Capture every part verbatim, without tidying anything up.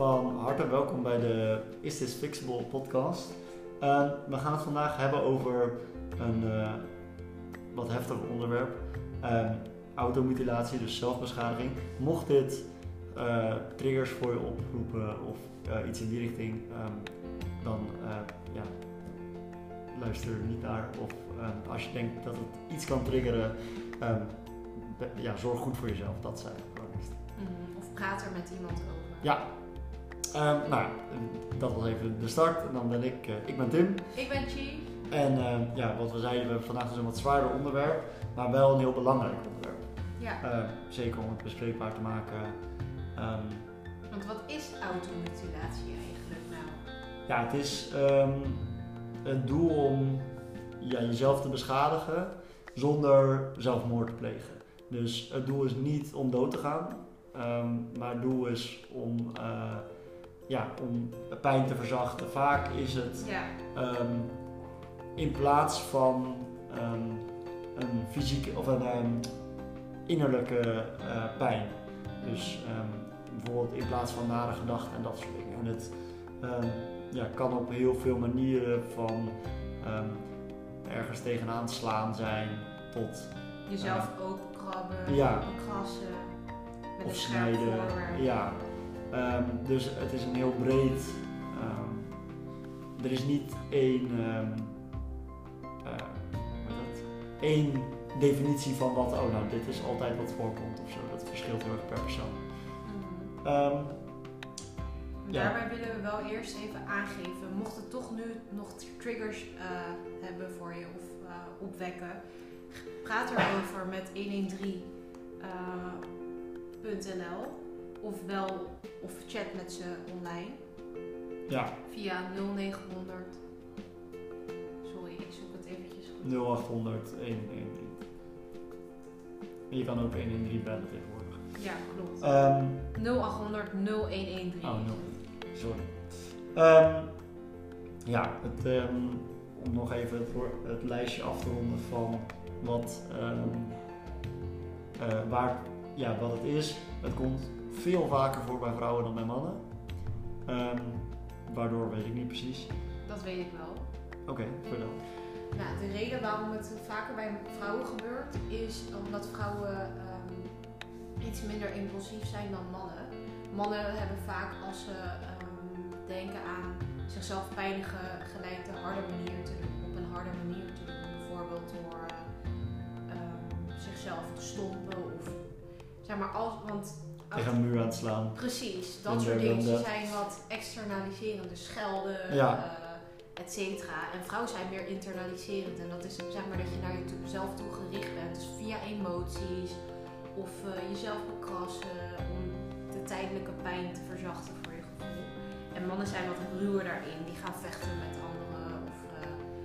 Van harte welkom bij de Is This Fixable podcast. Uh, we gaan het vandaag hebben over een uh, wat heftiger onderwerp. Uh, automutilatie, dus zelfbeschadiging. Mocht dit uh, triggers voor je oproepen of uh, iets in die richting, um, dan uh, ja, luister er niet naar. Of um, als je denkt dat het iets kan triggeren, um, be- ja, zorg goed voor jezelf. Dat is eigenlijk het belangrijkste. Mm, of praat er met iemand over. Ja. Um, nou, dat was even de start. En dan ben ik, uh, ik ben Tim. Ik ben Chi. En uh, ja, wat we zeiden, we hebben vandaag dus een wat zwaarder onderwerp, maar wel een heel belangrijk onderwerp. Ja. Uh, zeker om het bespreekbaar te maken. Um, Want wat is automutilatie eigenlijk nou? ja, het is um, het doel om ja, jezelf te beschadigen zonder zelfmoord te plegen. Dus het doel is niet om dood te gaan, um, maar het doel is om, uh, ja, om pijn te verzachten. Vaak is het Ja. um, in plaats van um, een fysieke of een um, innerlijke uh, pijn. Dus um, bijvoorbeeld in plaats van nare gedachten en dat soort dingen. En het um, ja, kan op heel veel manieren van um, ergens tegenaan slaan zijn tot Jezelf uh, openkrabben, ja. openkrassen, met of een scherp snijden. voorwerp. Ja. Um, dus het is een heel breed. Um, er is niet één, um, uh, hoe heet dat? één definitie van wat, oh nou dit is altijd wat voorkomt of zo. Dat verschilt heel erg per persoon. Mm-hmm. Um, ja. Daarbij willen we wel eerst even aangeven, mocht het toch nu nog triggers uh, hebben voor je of uh, opwekken, praat erover met honderddertien punt n l of wel of chat met ze online. Ja. Via nul negenhonderd. Sorry, ik zoek het eventjes goed. nul achthonderd honderddertien. En je kan ook honderddertien bellen tegenwoordig. Ja, klopt. Um, nul achthonderd nul een een drie. oh, nul. Sorry. Um, ja, het, um, om nog even voor het lijstje af te ronden van wat, um, uh, waar, ja, wat het is. Het komt veel vaker voor bij vrouwen dan bij mannen. Um, waardoor weet ik niet precies. Dat weet ik wel. Oké, okay, vertel. Nou, de reden waarom het vaker bij vrouwen gebeurt is omdat vrouwen um, iets minder impulsief zijn dan mannen. Mannen hebben vaak als ze um, denken aan zichzelf pijnigen gelijk de harde manier te doen, op een harde manier te doen. Bijvoorbeeld door uh, um, zichzelf te stompen of zeg maar als, want tegen een muur aan te slaan. Precies, dat soort dingen zijn wat externaliserende, schelden, ja. uh, et cetera. En vrouwen zijn meer internaliserend en dat is zeg maar dat je naar jezelf toe gericht bent. Dus via emoties of uh, jezelf bekrassen om de tijdelijke pijn te verzachten voor je gevoel. En mannen zijn wat ruwer daarin, die gaan vechten met anderen of uh,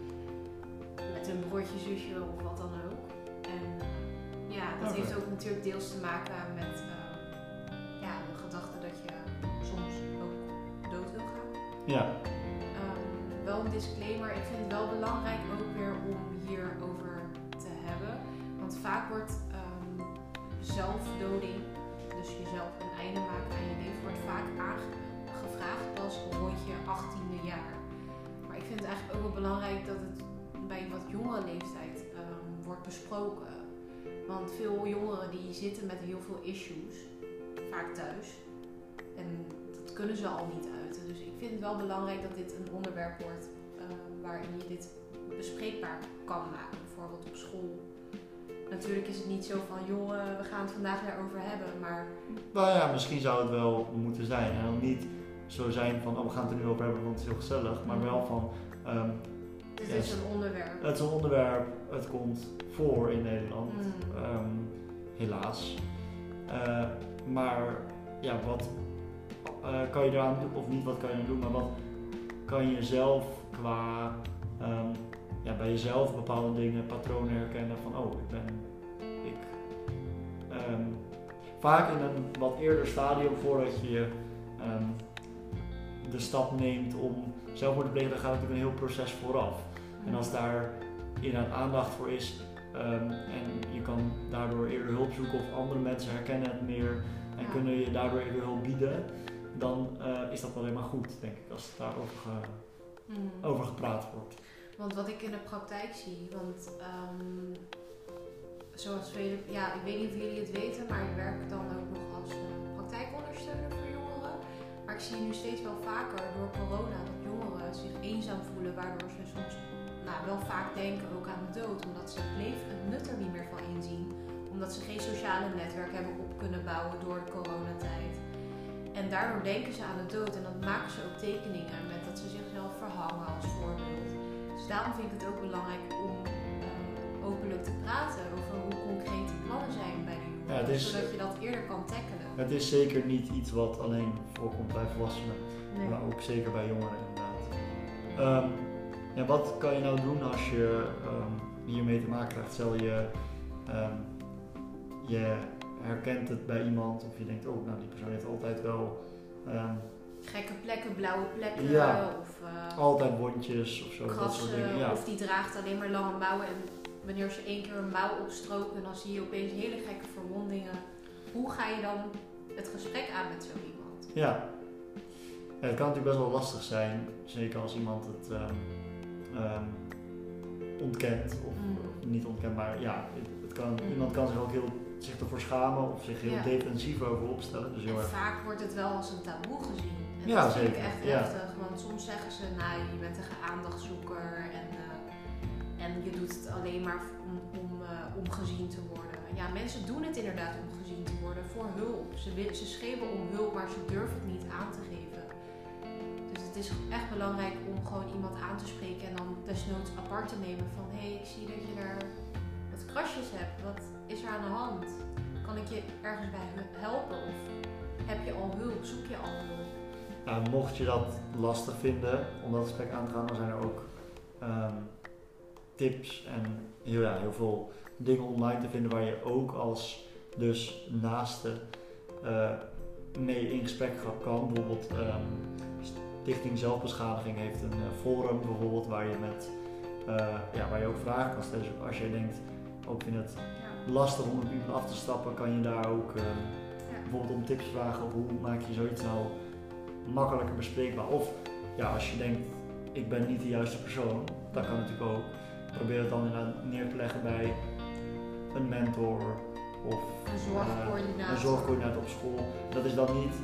met hun broertje, zusje of wat dan ook. En uh, ja, dat okay. heeft ook natuurlijk deels te maken met uh, ja, de gedachte dat je soms ook dood wil gaan. Ja. Um, wel een disclaimer, ik vind het wel belangrijk ook weer om hierover te hebben. Want vaak wordt um, zelfdoding, dus jezelf een einde maken aan je leven, wordt vaak aangevraagd pas rond je achttiende jaar. Maar ik vind het eigenlijk ook wel belangrijk dat het bij een wat jongere leeftijd um, wordt besproken. Want veel jongeren die zitten met heel veel issues, vaak thuis. En dat kunnen ze al niet uiten. Dus ik vind het wel belangrijk dat dit een onderwerp wordt uh, waarin je dit bespreekbaar kan maken. Bijvoorbeeld op school. Natuurlijk is het niet zo van, joh, uh, we gaan het vandaag daarover hebben, maar... Nou ja, misschien zou het wel moeten zijn. En dan niet zo zijn van, oh, we gaan het er nu over hebben, want het is heel gezellig. Maar wel van... Um, het is yes, een onderwerp. Het is een onderwerp, het komt voor in Nederland. Mm. Um, helaas. Uh, maar ja, wat uh, kan je eraan doen, of niet wat kan je eraan doen, maar wat kan je zelf qua, um, ja, bij jezelf bepaalde dingen, patronen herkennen van, oh, ik ben, ik, um, vaak in een wat eerder stadium voordat je um, de stap neemt om zelfmoord te plegen, dan gaat natuurlijk een heel proces vooraf. En als daar inderdaad aandacht voor is um, en je kan daardoor eerder hulp zoeken of andere mensen herkennen het meer en ja. kunnen je daardoor eerder hulp bieden, dan uh, is dat alleen maar goed, denk ik, als daarover ge, mm. over gepraat wordt. Want wat ik in de praktijk zie, want um, zoals vele, ja, ik weet niet of jullie het weten, maar ik werk dan ook nog als uh, praktijkondersteuner voor jongeren. Maar ik zie nu steeds wel vaker door corona dat jongeren zich eenzaam voelen, waardoor ze soms nou, wel vaak denken ook aan de dood, omdat ze het leven, het nut er niet meer van inzien. Omdat ze geen sociale netwerk hebben op kunnen bouwen door de coronatijd. En daardoor denken ze aan de dood en dan maken ze ook tekeningen met dat ze zichzelf verhangen als voorbeeld. Dus daarom vind ik het ook belangrijk om uh, openlijk te praten over hoe concreet de plannen zijn bij de jongeren. Ja, is, zodat je dat eerder kan tackelen. Het is zeker niet iets wat alleen voorkomt bij volwassenen, nee. maar ook zeker bij jongeren inderdaad. Um, ja, wat kan je nou doen als je um, hiermee te maken krijgt? Stel je, um, je herkent het bij iemand of je denkt, oh, nou die persoon heeft altijd wel um, gekke plekken, blauwe plekken ja, of uh, altijd wondjes of zo. Krassen, dat soort dingen. Ja. Of die draagt alleen maar lange mouwen en wanneer ze één keer een mouw opstroken, dan zie je opeens hele gekke verwondingen. Hoe ga je dan het gesprek aan met zo iemand? Ja. ja, het kan natuurlijk best wel lastig zijn, zeker als iemand het um, um, ontkent of mm. niet ontkent, maar ja, het, het kan, mm. iemand kan zich ook heel zich ervoor schamen of zich heel ja. defensief over opstellen. Dus heel en erg... vaak wordt het wel als een taboe gezien. En ja, dat zeker. vind ik echt ja. heftig, want soms zeggen ze, nou je bent een aandachtzoeker en, uh, en je doet het alleen maar om, om, uh, om gezien te worden. Ja, mensen doen het inderdaad om gezien te worden, voor hulp. Ze, ze schreeuwen om hulp, maar ze durven het niet aan te geven. Dus het is echt belangrijk om gewoon iemand aan te spreken en dan desnoods apart te nemen van hé, hey, ik zie dat je daar wat krasjes hebt, wat is er aan de hand? Kan ik je ergens bij helpen of heb je al hulp, zoek je al hulp? Nou, mocht je dat lastig vinden om dat gesprek aan te gaan, dan zijn er ook um, tips en heel, ja, heel veel dingen online te vinden waar je ook als dus naaste uh, mee in gesprek kan. Bijvoorbeeld um, Stichting Zelfbeschadiging heeft een uh, forum bijvoorbeeld waar je met uh, ja, waar je ook vragen kan stellen. Dus als jij denkt, ook vind het ja. lastig om op iemand af te stappen, kan je daar ook uh, ja. bijvoorbeeld om tips vragen of hoe maak je zoiets nou makkelijker bespreekbaar. Of ja, als je denkt, ik ben niet de juiste persoon, dat kan natuurlijk ook. Probeer het dan inderdaad neer te leggen bij een mentor of een zorgcoördinator, uh, een zorgcoördinator op school. Dat is dan niet,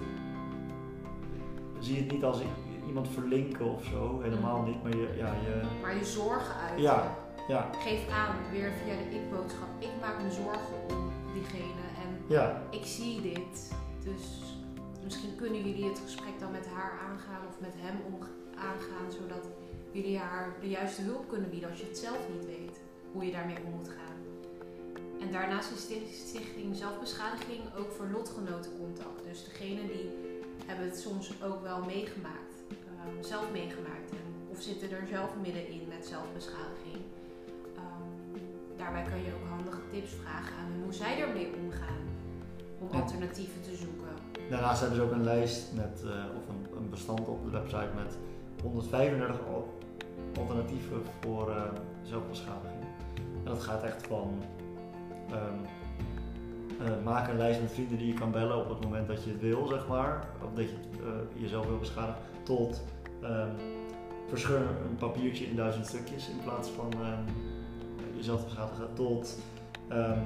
zie het niet als iemand verlinken of zo, helemaal niet, maar je, ja, je... Maar je zorgen uit. Ja, ja. Geef aan, weer via de ik-boodschap, ik maak me zorgen om diegene en ja. ik zie dit, dus misschien kunnen jullie het gesprek dan met haar aangaan of met hem om aangaan, zodat jullie haar de juiste hulp kunnen bieden als je het zelf niet weet, hoe je daarmee om moet gaan. En daarnaast is de Stichting Zelfbeschadiging ook voor lotgenotencontact. Dus degenen die hebben het soms ook wel meegemaakt, um, zelf meegemaakt. En, of zitten er zelf middenin met zelfbeschadiging. Um, daarbij kan je ook handige tips vragen aan hen hoe zij ermee omgaan. Om ja. alternatieven te zoeken. Daarnaast hebben ze ook een lijst met, uh, of een, een bestand op de website met honderdvijfendertig alternatieven voor uh, zelfbeschadiging. En dat gaat echt van um, uh, maak een lijst met vrienden die je kan bellen op het moment dat je het wil, zeg maar. Of dat je uh, jezelf wil beschadigen. Tot um, verscheur een papiertje in duizend stukjes in plaats van um, jezelf te beschadigen. Tot um,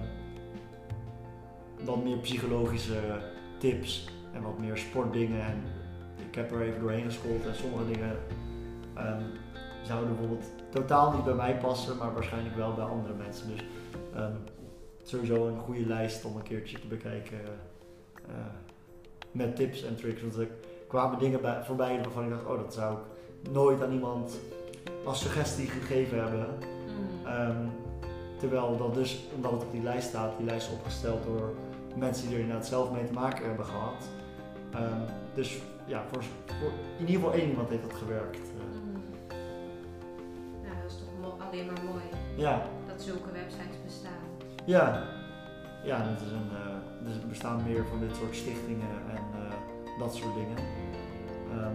wat meer psychologische tips en wat meer sportdingen. En ik heb er even doorheen geschoold en sommige dingen um, zouden bijvoorbeeld totaal niet bij mij passen, maar waarschijnlijk wel bij andere mensen. Dus um, sowieso een goede lijst om een keertje te bekijken uh, met tips en tricks. Want er kwamen dingen bij, voorbij waarvan ik dacht, oh dat zou ik nooit aan iemand als suggestie gegeven hebben. Mm. Um, terwijl dat dus, omdat het op die lijst staat, die lijst is opgesteld door mensen die er inderdaad zelf mee te maken hebben gehad. Um, dus ja, voor, voor in ieder geval één iemand heeft dat gewerkt. Mm. Ja, dat is toch mo- alleen maar mooi. Ja. Dat zulke websites bestaan. Ja, ja het is een, uh, dus er bestaan meer van dit soort stichtingen en uh, dat soort dingen. Um,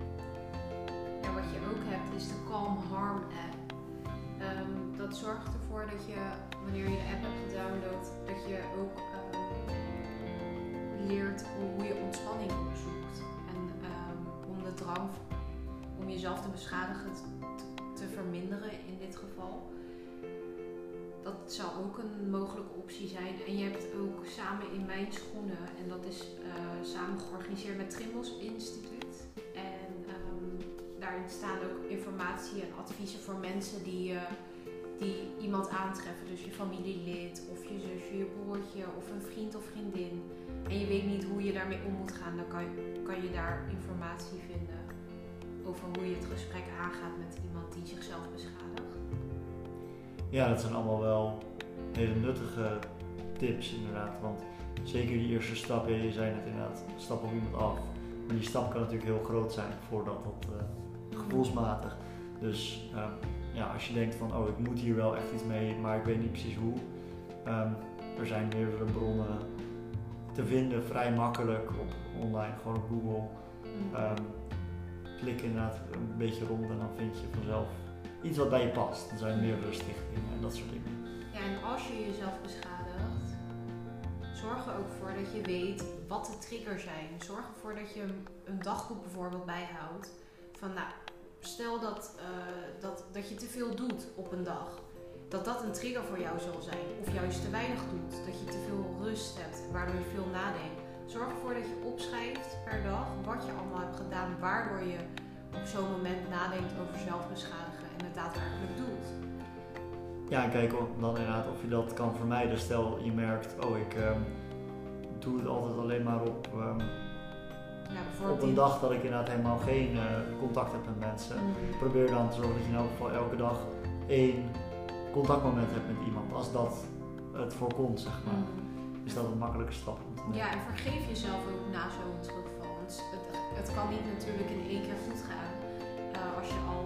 ja, wat je ook hebt is de Calm Harm app. Um, dat zorgt ervoor dat je, wanneer je de app hebt gedownload, dat je ook um, leert hoe je ontspanning opzoekt. En drang om jezelf te beschadigen te, te verminderen in dit geval. Dat zou ook een mogelijke optie zijn. En je hebt ook Samen in Mijn Schoenen. En dat is uh, samen georganiseerd met Trimbos Instituut. En um, daarin staan ook informatie en adviezen voor mensen die, uh, die iemand aantreffen. Dus je familielid of je zusje, je broertje of een vriend of vriendin. En je weet niet hoe je daarmee om moet gaan. Dan kan je, kan je daar informatie vinden over hoe je het gesprek aangaat met iemand die zichzelf beschadigt. Ja, dat zijn allemaal wel hele nuttige tips inderdaad, want zeker die eerste stap, je zei het inderdaad, stap op iemand af. Maar die stap kan natuurlijk heel groot zijn voordat dat uh, gevoelsmatig. Dus um, ja, als je denkt van oh ik moet hier wel echt iets mee, maar ik weet niet precies hoe. Um, er zijn meerdere bronnen te vinden, vrij makkelijk op online, gewoon op Google. Um, klik inderdaad een beetje rond en dan vind je vanzelf iets wat bij je past. Er zijn meerdere stichtingen en dat soort dingen. Ja, en als je jezelf beschadigt, zorg er ook voor dat je weet wat de triggers zijn. Zorg ervoor dat je een dagboek bijvoorbeeld bijhoudt. Van nou, stel dat, uh, dat, dat je te veel doet op een dag. Dat dat een trigger voor jou zal zijn. Of juist te weinig doet. Dat je te veel rust hebt, waardoor je veel nadenkt. Zorg ervoor dat je opschrijft per dag wat je allemaal hebt gedaan, waardoor je op zo'n moment nadenkt over zelfbeschadigen en het daadwerkelijk doet. Ja, en kijk dan inderdaad of je dat kan vermijden. Stel je merkt, oh ik um, doe het altijd alleen maar op, um, ja, op een dag dat ik inderdaad helemaal geen uh, contact heb met mensen. Mm. Probeer dan te zorgen dat je in elk geval elke dag één contactmoment hebt met iemand. Als dat het voorkomt, zeg maar. Mm. Is dat een makkelijke stap om te nemen. Ja, en vergeef jezelf ook na zo'n terugval. Want het, het kan niet natuurlijk in één keer goed gaan. Uh, als je al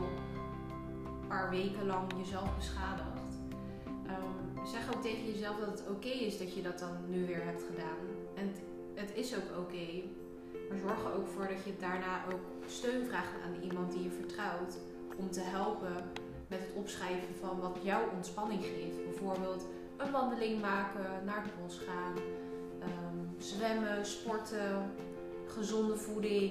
een paar weken lang jezelf beschadigt. Um, zeg ook tegen jezelf dat het oké okay is dat je dat dan nu weer hebt gedaan. En het, het is ook oké. Okay, maar zorg er ook voor dat je daarna ook steun vraagt aan iemand die je vertrouwt. Om te helpen met het opschrijven van wat jouw ontspanning geeft. Bijvoorbeeld een wandeling maken, naar het bos gaan. Um, zwemmen, sporten, gezonde voeding.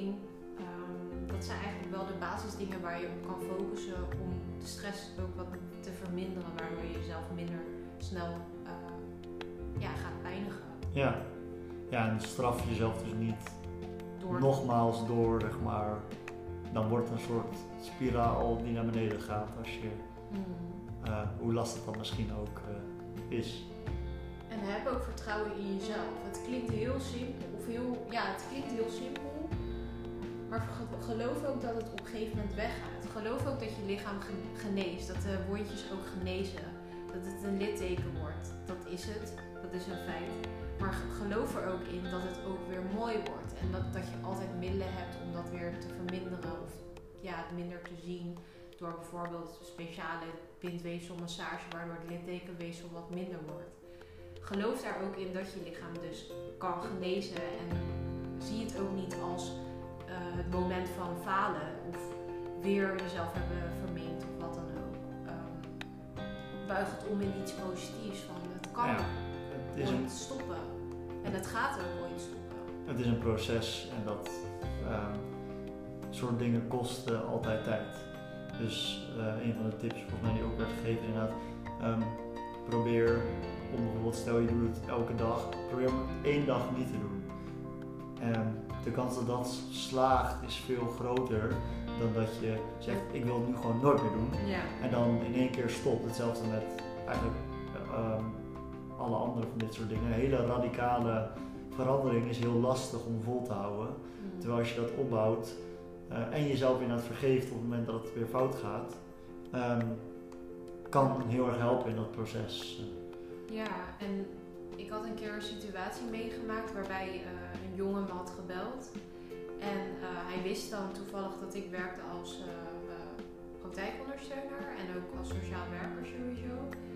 Um, dat zijn eigenlijk wel de basisdingen waar je op kan focussen om de stress ook wat te verminderen, waardoor je jezelf minder snel uh, ja, gaat pijnigen. Ja. ja, en straf jezelf dus niet door. nogmaals door, zeg maar. Dan wordt het een soort spiraal die naar beneden gaat als je, hmm. uh, hoe lastig dat misschien ook uh, is. En heb ook vertrouwen in jezelf. Het klinkt heel simpel, of heel, ja, het klinkt heel simpel, maar geloof ook dat het op een gegeven moment weggaat. Geloof ook dat je lichaam geneest, dat de wondjes ook genezen, dat het een litteken wordt. Dat is het, dat is een feit. Maar geloof er ook in dat het ook weer mooi wordt en dat, dat je altijd middelen hebt om dat weer te verminderen of ja, minder te zien door bijvoorbeeld speciale bindweefselmassage waardoor het littekenweefsel wat minder wordt. Geloof daar ook in dat je lichaam dus kan genezen en zie het ook niet als uh, het moment van falen of weer jezelf hebben verminkt of wat dan ook. Um, buig het om in iets positiefs van het kan ja, het is ooit een... stoppen en het gaat ook ooit stoppen. Het is een proces en dat um, soort dingen kosten altijd tijd. Dus uh, een van de tips volgens mij die ook werd gegeven inderdaad, um, probeer om bijvoorbeeld, stel je doet het elke dag, probeer om één dag niet te doen. En de kans dat dat slaagt is veel groter dan dat je zegt ik wil het nu gewoon nooit meer doen. Ja. En dan in één keer stopt. Hetzelfde met eigenlijk um, alle andere van dit soort dingen. Een hele radicale verandering is heel lastig om vol te houden. Mm. Terwijl als je dat opbouwt uh, en jezelf inderdaad vergeeft op het moment dat het weer fout gaat, um, kan heel erg helpen in dat proces. Ja, en ik had een keer een situatie meegemaakt waarbij uh, een jongen me had gebeld. En uh, hij wist dan toevallig dat ik werkte als uh, uh, praktijkondersteuner en ook als sociaal werker sowieso.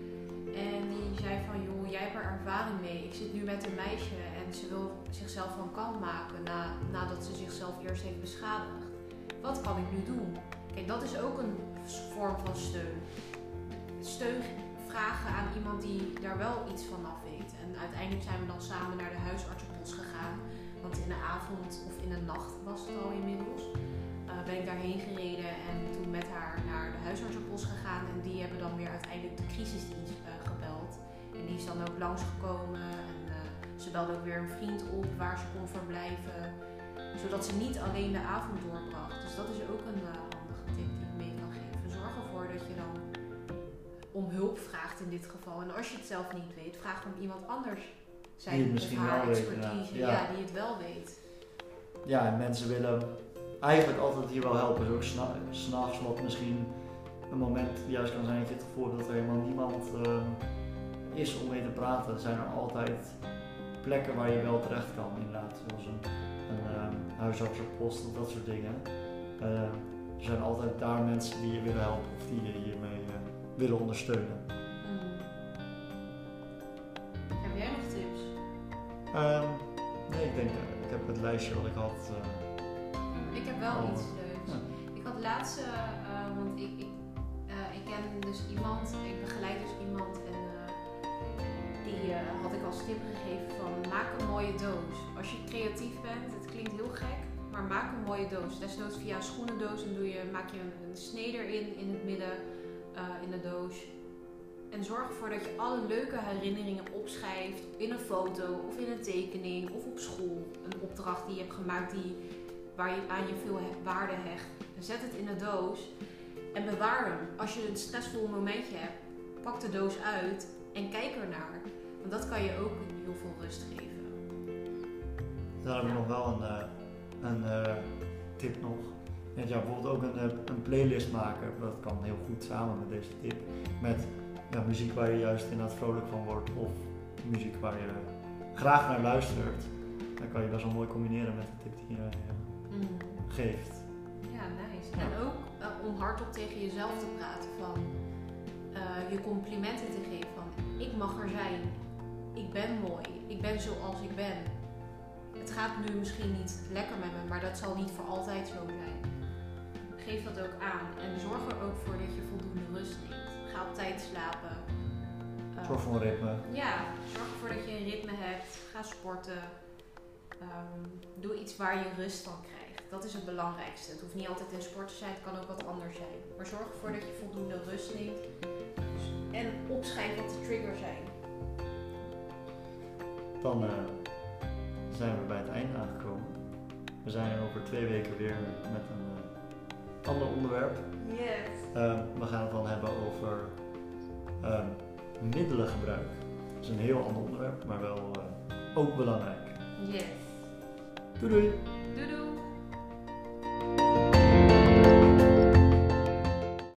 En die zei van, joh, jij hebt er ervaring mee. Ik zit nu met een meisje en ze wil zichzelf van kant maken na, nadat ze zichzelf eerst heeft beschadigd. Wat kan ik nu doen? Kijk, dat is ook een vorm van steun. Steun vragen aan iemand die daar wel iets van af weet. En uiteindelijk zijn we dan samen naar de huisartsenpost gegaan. Want in de avond of in de nacht was het al inmiddels. uh, ben ik daarheen gereden en toen met haar naar de huisartsenpost gegaan. En die hebben dan weer uiteindelijk de crisisdienst uh, gebeld. En die is dan ook langsgekomen. En uh, ze belde ook weer een vriend op waar ze kon verblijven. Zodat ze niet alleen de avond doorbracht. Dus dat is ook een uh, handige tip die ik mee kan geven. Zorg ervoor dat je dan om hulp vraagt in dit geval. En als je het zelf niet weet, vraag dan iemand anders zijn die het misschien of haar wel expertise. weet, ja. Ja. Ja. ja, die het wel weet. Ja, en mensen willen eigenlijk altijd hier wel helpen. Dus ook s'na- s'nachts wat misschien een moment juist kan zijn dat je het gevoel hebt dat er helemaal niemand uh, is om mee te praten. Zijn er altijd plekken waar je wel terecht kan, inderdaad. Zoals een, een um, huisartsenpost of dat soort dingen. Uh, er zijn altijd daar mensen die je willen helpen of die je hiermee uh, willen ondersteunen. Mm. Heb jij nog tips? Um, nee, ik denk, uh, ik heb het lijstje wat ik had. Uh, ik heb wel oh. iets leuks. Ja. Ik had laatst, uh, uh, want ik, ik, uh, ik ken dus iemand, ik begeleid dus iemand en uh, die uh, had ik als tip gegeven van maak een mooie doos. Als je creatief bent, het klinkt heel gek, maar maak een mooie doos. Desnoods via een schoenendoos en doe je, maak je een, een snee erin in het midden uh, in de doos. En zorg ervoor dat je alle leuke herinneringen opschrijft in een foto of in een tekening of op school. Een opdracht die je hebt gemaakt die, waar je aan je veel he- waarde hecht. Zet het in de doos en bewaar hem. Als je een stressvol momentje hebt, pak de doos uit en kijk ernaar. Want dat kan je ook heel veel rust geven. Dan heb ik nog wel een, uh, een uh, tip nog. En ja, bijvoorbeeld ook een, uh, een playlist maken. Dat kan heel goed samen met deze tip. Met ja, muziek waar je juist inderdaad vrolijk van wordt. Of muziek waar je graag naar luistert. Dan kan je best wel mooi combineren met de tip die je uh, mm. geeft. Ja, nice. Ja. En ook uh, om hardop tegen jezelf te praten van uh, je complimenten te geven van ik mag er zijn. Ik ben mooi. Ik ben zoals ik ben. Het gaat nu misschien niet lekker met me, maar dat zal niet voor altijd zo zijn. Geef dat ook aan en zorg er ook voor dat je voldoende rust neemt. Ga op tijd slapen. Uh, zorg voor een ritme. Ja, zorg ervoor dat je een ritme hebt. Ga sporten. Um, doe iets waar je rust van krijgt. Dat is het belangrijkste. Het hoeft niet altijd in sport te zijn, het kan ook wat anders zijn. Maar zorg ervoor dat je voldoende rust neemt. En opschrijf wat de triggers zijn. Dan uh, zijn we bij het einde aangekomen. We zijn er over twee weken weer met een uh, ander onderwerp. Yes. Uh, we gaan het dan hebben over uh, middelengebruik. Dat is een heel ander onderwerp, maar wel uh, ook belangrijk. Yes. Doei doei!